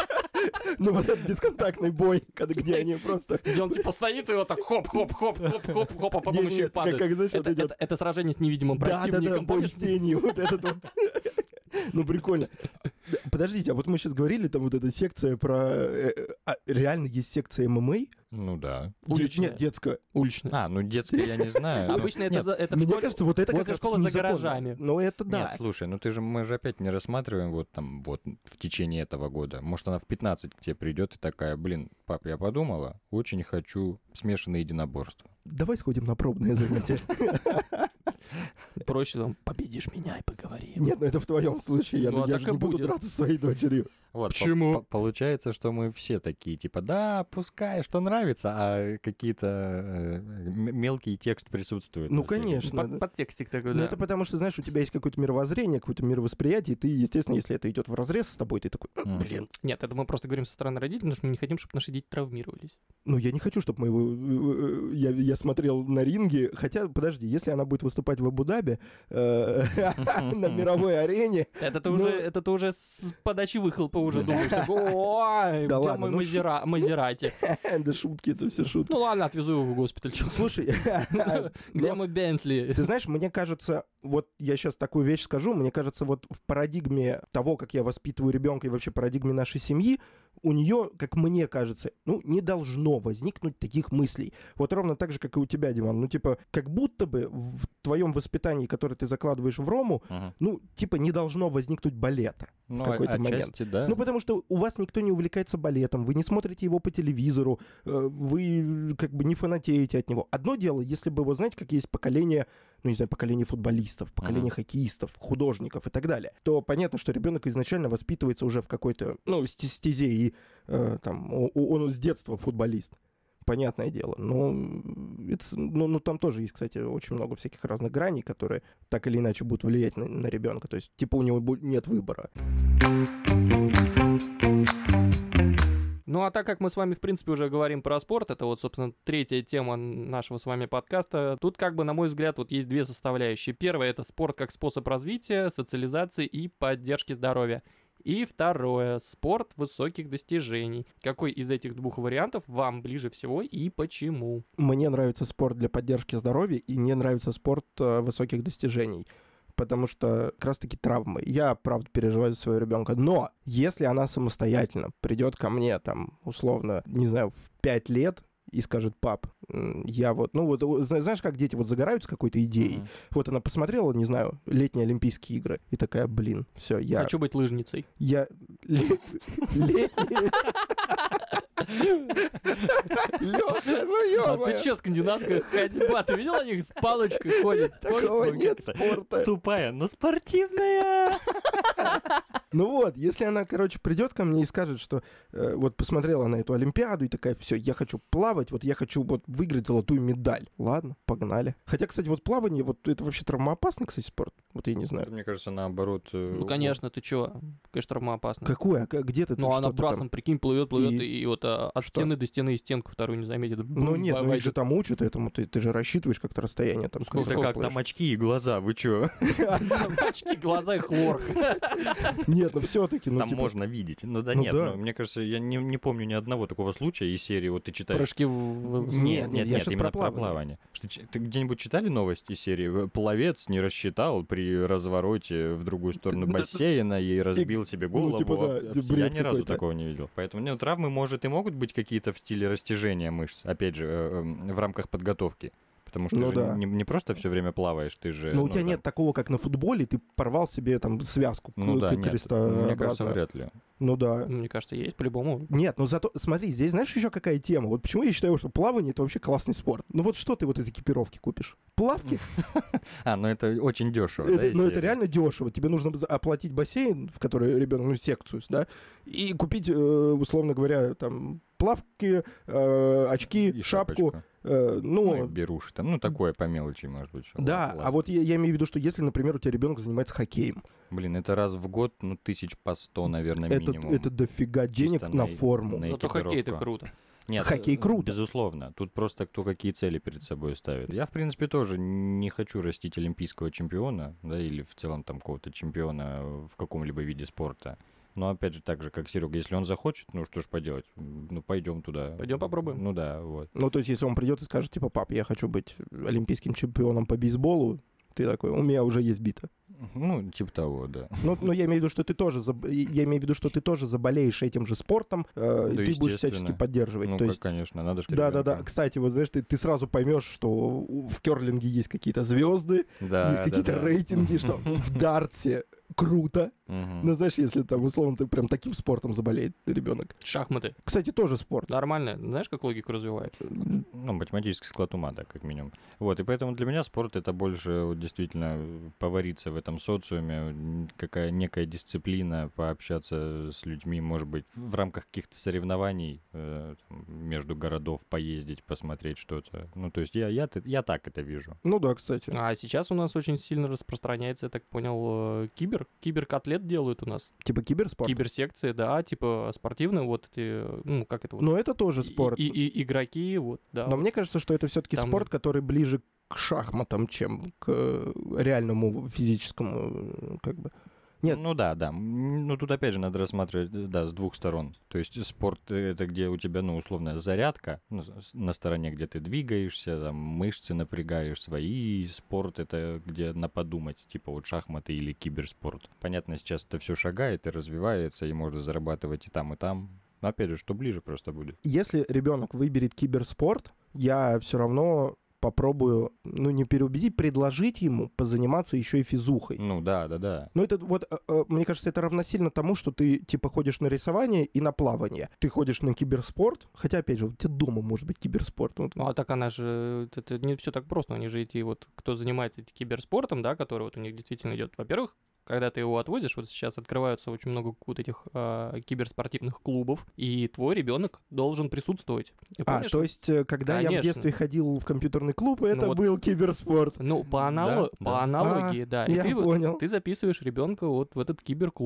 Ну вот этот бесконтактный бой, где они просто... Где он типа стоит и вот так хоп-хоп-хоп-хоп-хоп, а потом Не, еще и нет, падает. как, знаешь, вот эти вот... Это сражение с невидимым Да, противником. бой помнишь? с тенью, вот этот вот. Ну, прикольно. Подождите, а вот мы сейчас говорили, там вот эта секция про... Реально есть секция ММА? Ну да. Уличная. Нет, детская. Уличная. Ну детская я не знаю. Обычно Нет, это в Мне школе. кажется, вот это как возле раз школы за гаражами. Ну, это Нет, да. слушай, мы же опять не рассматриваем вот в течение этого года. Может, она в 15 к тебе придет и такая, блин, пап, я подумала, очень хочу смешанное единоборство. Давай сходим на пробное занятие. Проще там, победишь меня и поговорим. Нет, ну это в твоем случае. Я Ну, а же так и не буду будет. драться со своей дочерью. Вот, Почему? Получается, что мы все такие, типа, да, пускай, что нравится, а какие-то мелкий текст присутствует. Ну, на всякий. конечно. Подтекстик такой, Ну, да. это потому что, знаешь, у тебя есть какое-то мировоззрение, какое-то мировосприятие, и ты, естественно, если это идет вразрез с тобой, ты такой, блин. Нет, это мы просто говорим со стороны родителей, потому что мы не хотим, чтобы наши дети травмировались. Ну, я не хочу, чтобы моего... Я смотрел на ринге, хотя, подожди, если она будет выступать в Абу-Даби на мировой арене... Это ты уже с подачи выхлопа уже думаешь, такой, ой, Да где ладно, мой Мазерати? Да шутки, это все шутки. Ну ладно, отвезу его в госпиталь. чё. Слушай, Где мой Бентли? ты знаешь, мне кажется, вот я сейчас такую вещь скажу, мне кажется, вот в парадигме того, как я воспитываю ребенка и вообще парадигме нашей семьи, у нее, как мне кажется, ну, не должно возникнуть таких мыслей. Вот ровно так же, как и у тебя, Диман. Ну, типа, как будто бы в твоем воспитании, которое ты закладываешь в Рому, ну, типа, не должно возникнуть балета в какой-то момент. Отчасти, да. Ну, потому что у вас никто не увлекается балетом, вы не смотрите его по телевизору, вы как бы не фанатеете от него. Одно дело, если бы, вот знаете, как есть поколение, ну, не знаю, поколение футболистов, поколение хоккеистов, художников и так далее, то понятно, что ребенок изначально воспитывается уже в какой-то, ну, стезе, и там, он с детства футболист. Понятное дело. Но там тоже есть, кстати, очень много всяких разных граней, которые так или иначе будут влиять на ребенка. То есть, типа, у него нет выбора. Ну, а так как мы с вами, в принципе, уже говорим про спорт, это вот, собственно, третья тема нашего с вами подкаста, тут, как бы, на мой взгляд, вот есть две составляющие. Первая — это спорт как способ развития, социализации и поддержки здоровья. И второе. Спорт высоких достижений. Какой из этих двух вариантов вам ближе всего и почему? Мне нравится спорт для поддержки здоровья, и мне нравится спорт высоких достижений. Потому что как раз-таки травмы. Я, правда, переживаю за своего ребенка. Но если она самостоятельно придет ко мне, там, условно, не знаю, в 5 лет, и скажет: пап, я вот, ну вот, знаешь, как дети вот загораются какой-то идеей. Вот она посмотрела, не знаю, летние Олимпийские игры, и такая: блин, все, я... Хочу быть лыжницей. Я... Летние... Лёха, ну ё-моё! А ты чё, скандинавская ходьба? Ты видел, они с палочкой ходят? Такого нет спорта. Тупая, но спортивная. Ну вот, если она, короче, придет ко мне и скажет, что вот посмотрела на эту Олимпиаду и такая: все, я хочу плавать, вот я хочу вот выиграть золотую медаль. Ладно, погнали. Хотя, кстати, вот плавание, вот это вообще травмоопасный, кстати, спорт. Вот я не знаю. Мне кажется, наоборот... Ну, конечно, ты чё? Конечно, травмоопасно. Какое? Где ты? Ну, она брасом, прикинь, плывет, и вот от Что? стены до стены и стенку вторую не заметит. Ну нет, ну их же там учат этому, ты же рассчитываешь как-то расстояние там. Это как там очки и глаза, вы чё? Очки, глаза и хлорка. Нет, ну все-таки, ну Там типа... можно видеть. Ну да Ну нет, да. ну, мне кажется, я не помню ни одного такого случая из серии, вот ты читаешь... Прыжки Нет, Нет, я щас именно про про плавание. Ты где-нибудь читали новости из серии? Пловец не рассчитал при развороте в другую сторону бассейна и разбил себе голову. типа, да, Я бред ни разу какой-то. такого не видел. Поэтому нет, травмы, может, и могут быть какие-то в стиле растяжения мышц, опять же, в рамках подготовки. Потому что Ну ты же да. не просто все время плаваешь, ты же... Ну, у тебя там- нет такого, как на футболе, ты порвал себе там связку Ну да, нет, крестообразную. мне кажется, вряд ли. Ну да. Мне кажется, есть по-любому. Нет, но зато, смотри, здесь знаешь еще какая тема? Вот почему я считаю, что плавание — это вообще классный спорт. Ну вот что ты вот из экипировки купишь? Плавки? Ну это очень дешево, да? Ну это если- реально дешево. Тебе нужно оплатить бассейн, в который ребенок, ну секцию, да, и купить, условно говоря, там плавки, очки, И шапку. шапочку. Ну, и Ну, беруши там, ну, такое по мелочи, может быть. да, а вот я имею в виду, что если, например, у тебя ребенок занимается хоккеем, Блин, это раз в год, ну, 100 наверное, минимум. это дофига денег Чисто на на- форму. на Зато хоккей-то экипировку. круто. Нет, Хоккей круто. Безусловно. Тут просто кто какие цели перед собой ставит. Я, в принципе, тоже не хочу растить олимпийского чемпиона, да, или в целом там какого-то чемпиона в каком-либо виде спорта. Но опять же, так же, как Серега, если он захочет, ну что ж поделать, ну пойдем туда. Пойдем попробуем. Ну да, вот. Ну, то есть, если он придет и скажет, типа: пап, я хочу быть олимпийским чемпионом по бейсболу, ты такой: у меня уже есть бита. Ну, типа того, да. Ну, я имею в виду, что ты тоже, я имею в виду, что ты тоже заболеешь этим же спортом, и ты будешь естественно. всячески поддерживать. Ну, То как, есть, конечно, надо же. да. Кстати, вот знаешь, ты сразу поймешь, что в керлинге есть какие-то звезды, Да, есть какие-то да. рейтинги, что в дартсе круто. Мгм. Но знаешь, если там, условно, ты прям таким спортом заболеет ребенок. Шахматы. Кстати, тоже спорт. Нормально. Знаешь, как логику развивает? Ну, математический склад ума, да, как минимум. Вот, и поэтому для меня спорт — это больше вот, действительно повариться в этом социуме, некая дисциплина, пообщаться с людьми, может быть, в рамках каких-то соревнований там, между городов поездить, посмотреть что-то. Ну, то есть я так это вижу. Ну да, кстати. А сейчас у нас очень сильно распространяется, я так понял, киберкотлет делают у нас. Типа киберспорт. Киберсекции, да, типа спортивные, вот эти, ну, как это вот. Но это тоже спорт. И игроки, вот, да. Но мне кажется, что это все-таки Там- спорт, который ближе к шахматам, чем к реальному физическому, как бы. Нет. Ну да. Ну тут опять же надо рассматривать, да, с двух сторон. То есть спорт — это где у тебя, ну, условно, зарядка, ну, на стороне, где ты двигаешься, там, мышцы напрягаешь свои. Спорт — это где на подумать, типа вот шахматы или киберспорт. Понятно, сейчас это все шагает и развивается, и можно зарабатывать и там, и там. Но опять же, что ближе просто будет. Если ребенок выберет киберспорт, я все равно попробую, ну, не переубедить, предложить ему позаниматься еще и физухой. Ну да. Ну, это вот, мне кажется, это равносильно тому, что ты, типа, ходишь на рисование и на плавание. Ты ходишь на киберспорт, хотя, опять же, у тебя дома может быть киберспорт. Ну, Ну, а так она же, это не все так просто, они же эти вот, кто занимается киберспортом, да, который вот у них действительно идет, во-первых, когда ты его отводишь, вот сейчас открываются очень много вот этих киберспортивных клубов, и твой ребенок должен присутствовать. И помнишь, то есть, когда я в Конечно. детстве ходил в компьютерный клуб, это вот- был киберспорт. ну, по Да. аналогии, да. И я ты, понял. ты записываешь ребенка вот в этот киберклуб.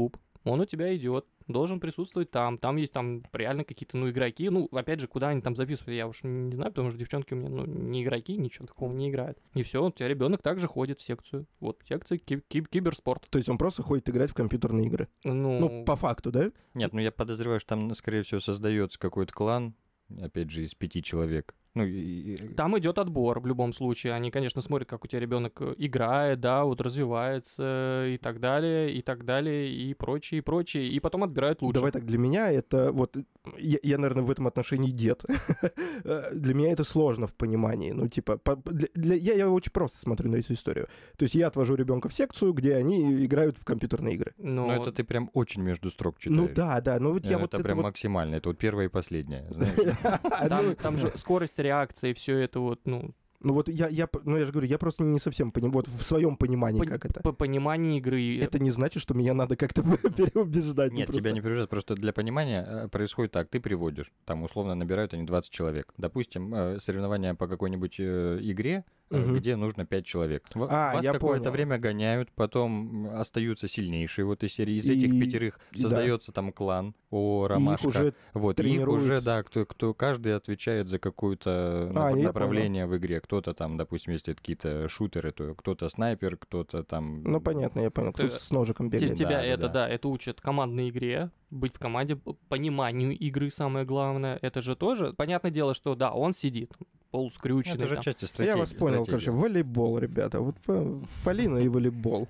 он у тебя идет, должен присутствовать там. Там есть там реально какие-то, игроки. Опять же, куда они там записывают, я уж не знаю, потому что девчонки у меня, не игроки, ничего такого не играют. И все, у тебя ребенок также ходит в секцию. Вот, секция киберспорт. То есть он просто ходит играть в компьютерные игры? По факту, да? Нет, я подозреваю, что там, скорее всего, создается какой-то клан, опять же, из 5 человек. Там идет отбор в любом случае. Они, конечно, смотрят, как у тебя ребенок играет, да, вот развивается и так далее, и прочее, и прочее. И потом отбирают лучше. Давай так, для меня это вот... Я, наверное, в этом отношении дед. Для меня это сложно в понимании. Я очень просто смотрю на эту историю. То есть я отвожу ребенка в секцию, где они играют в компьютерные игры. Это ты прям очень между строк читаешь. Да. Это прям максимально. Это вот первое и последнее. Там же скорость реакции, все это вот, я же говорю, я просто не совсем понимаю, вот в своем понимании, как это. По пониманию игры. Это не значит, что меня надо как-то переубеждать. Нет, тебя не переубеждать, просто для понимания происходит так, ты приводишь, там условно набирают они 20 человек. Допустим, соревнования по какой-нибудь игре, где нужно 5 человек. Вас какое-то время гоняют, потом остаются сильнейшие вот из серии. Из этих 5 создается там клан Ромашка. Их уже, да, кто каждый отвечает за какое-то направление в игре. Кто-то там, допустим, если это какие-то шутеры, то кто-то снайпер, кто-то там... Понятно, я понял. Кто с ножиком бегает. Тебя это учат командной игре, быть в команде, пониманию игры самое главное. Это же тоже, понятное дело, что да, он сидит полускрюченный. Это же часть стратегии. Я вас понял, волейбол, ребята. Вот Полина и волейбол.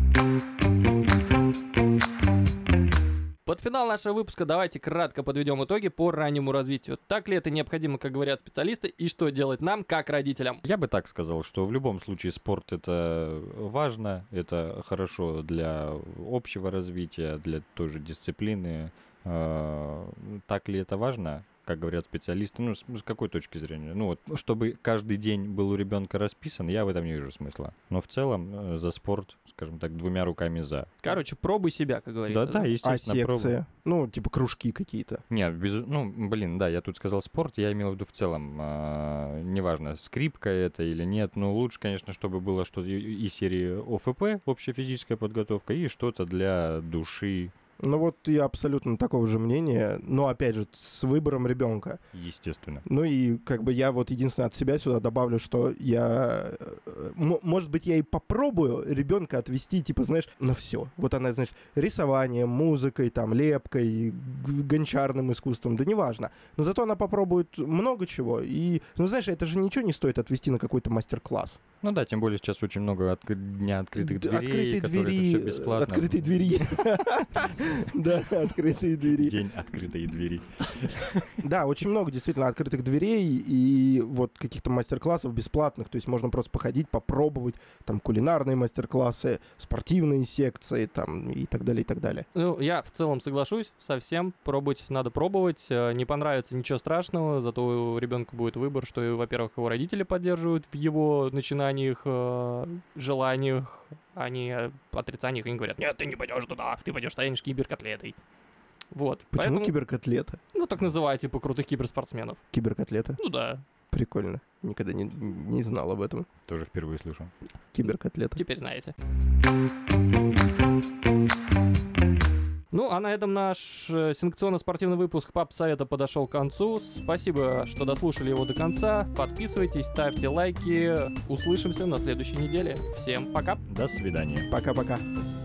Под финал нашего выпуска давайте кратко подведем итоги по раннему развитию. Так ли это необходимо, как говорят специалисты, и что делать нам, как родителям? Я бы так сказал, что в любом случае спорт это важно, это хорошо для общего развития, для той же дисциплины. Так ли это важно? Как говорят специалисты, с какой точки зрения? Чтобы каждый день был у ребенка расписан, я в этом не вижу смысла. Но в целом за спорт, скажем так, 2 руками за. Короче, пробуй себя, как говорится. Да, естественно, секция? Кружки какие-то? Нет, я тут сказал спорт, я имел в виду в целом. Неважно, скрипка это или нет, лучше, конечно, чтобы было что-то из серии ОФП, общая физическая подготовка, и что-то для души. Я абсолютно такого же мнения, но, опять же, с выбором ребенка. Естественно. Я единственное от себя сюда добавлю, что я... Может быть, я и попробую ребенка отвести, на все. Вот она, рисованием, музыкой, лепкой, гончарным искусством, да неважно. Но зато она попробует много чего. И, это же ничего не стоит отвести на какой-то мастер-класс. Тем более сейчас очень много дня открытых дверей, которые это все бесплатно. Открытые двери. Да, открытые двери. День открытой двери. Да, очень много действительно открытых дверей и каких-то мастер-классов бесплатных. То есть можно просто походить, попробовать кулинарные мастер-классы, спортивные секции и так далее, и так далее. Я в целом соглашусь со всем. Пробовать надо пробовать. Не понравится, ничего страшного. Зато у ребенка будет выбор, что, во-первых, его родители поддерживают в его начинаниях, желаниях, а не отрицаниях. Они говорят: нет, ты не пойдешь туда, ты пойдешь станешь киберкотлетой. Вот. Почему киберкотлета? Так называют, крутых киберспортсменов. Киберкотлета? Да. Прикольно. Никогда не знал об этом. Тоже впервые слышу. Киберкотлета. Теперь знаете. А на этом наш селекционно-спортивный выпуск «Пап Совета» подошел к концу. Спасибо, что дослушали его до конца. Подписывайтесь, ставьте лайки. Услышимся на следующей неделе. Всем пока. До свидания. Пока-пока.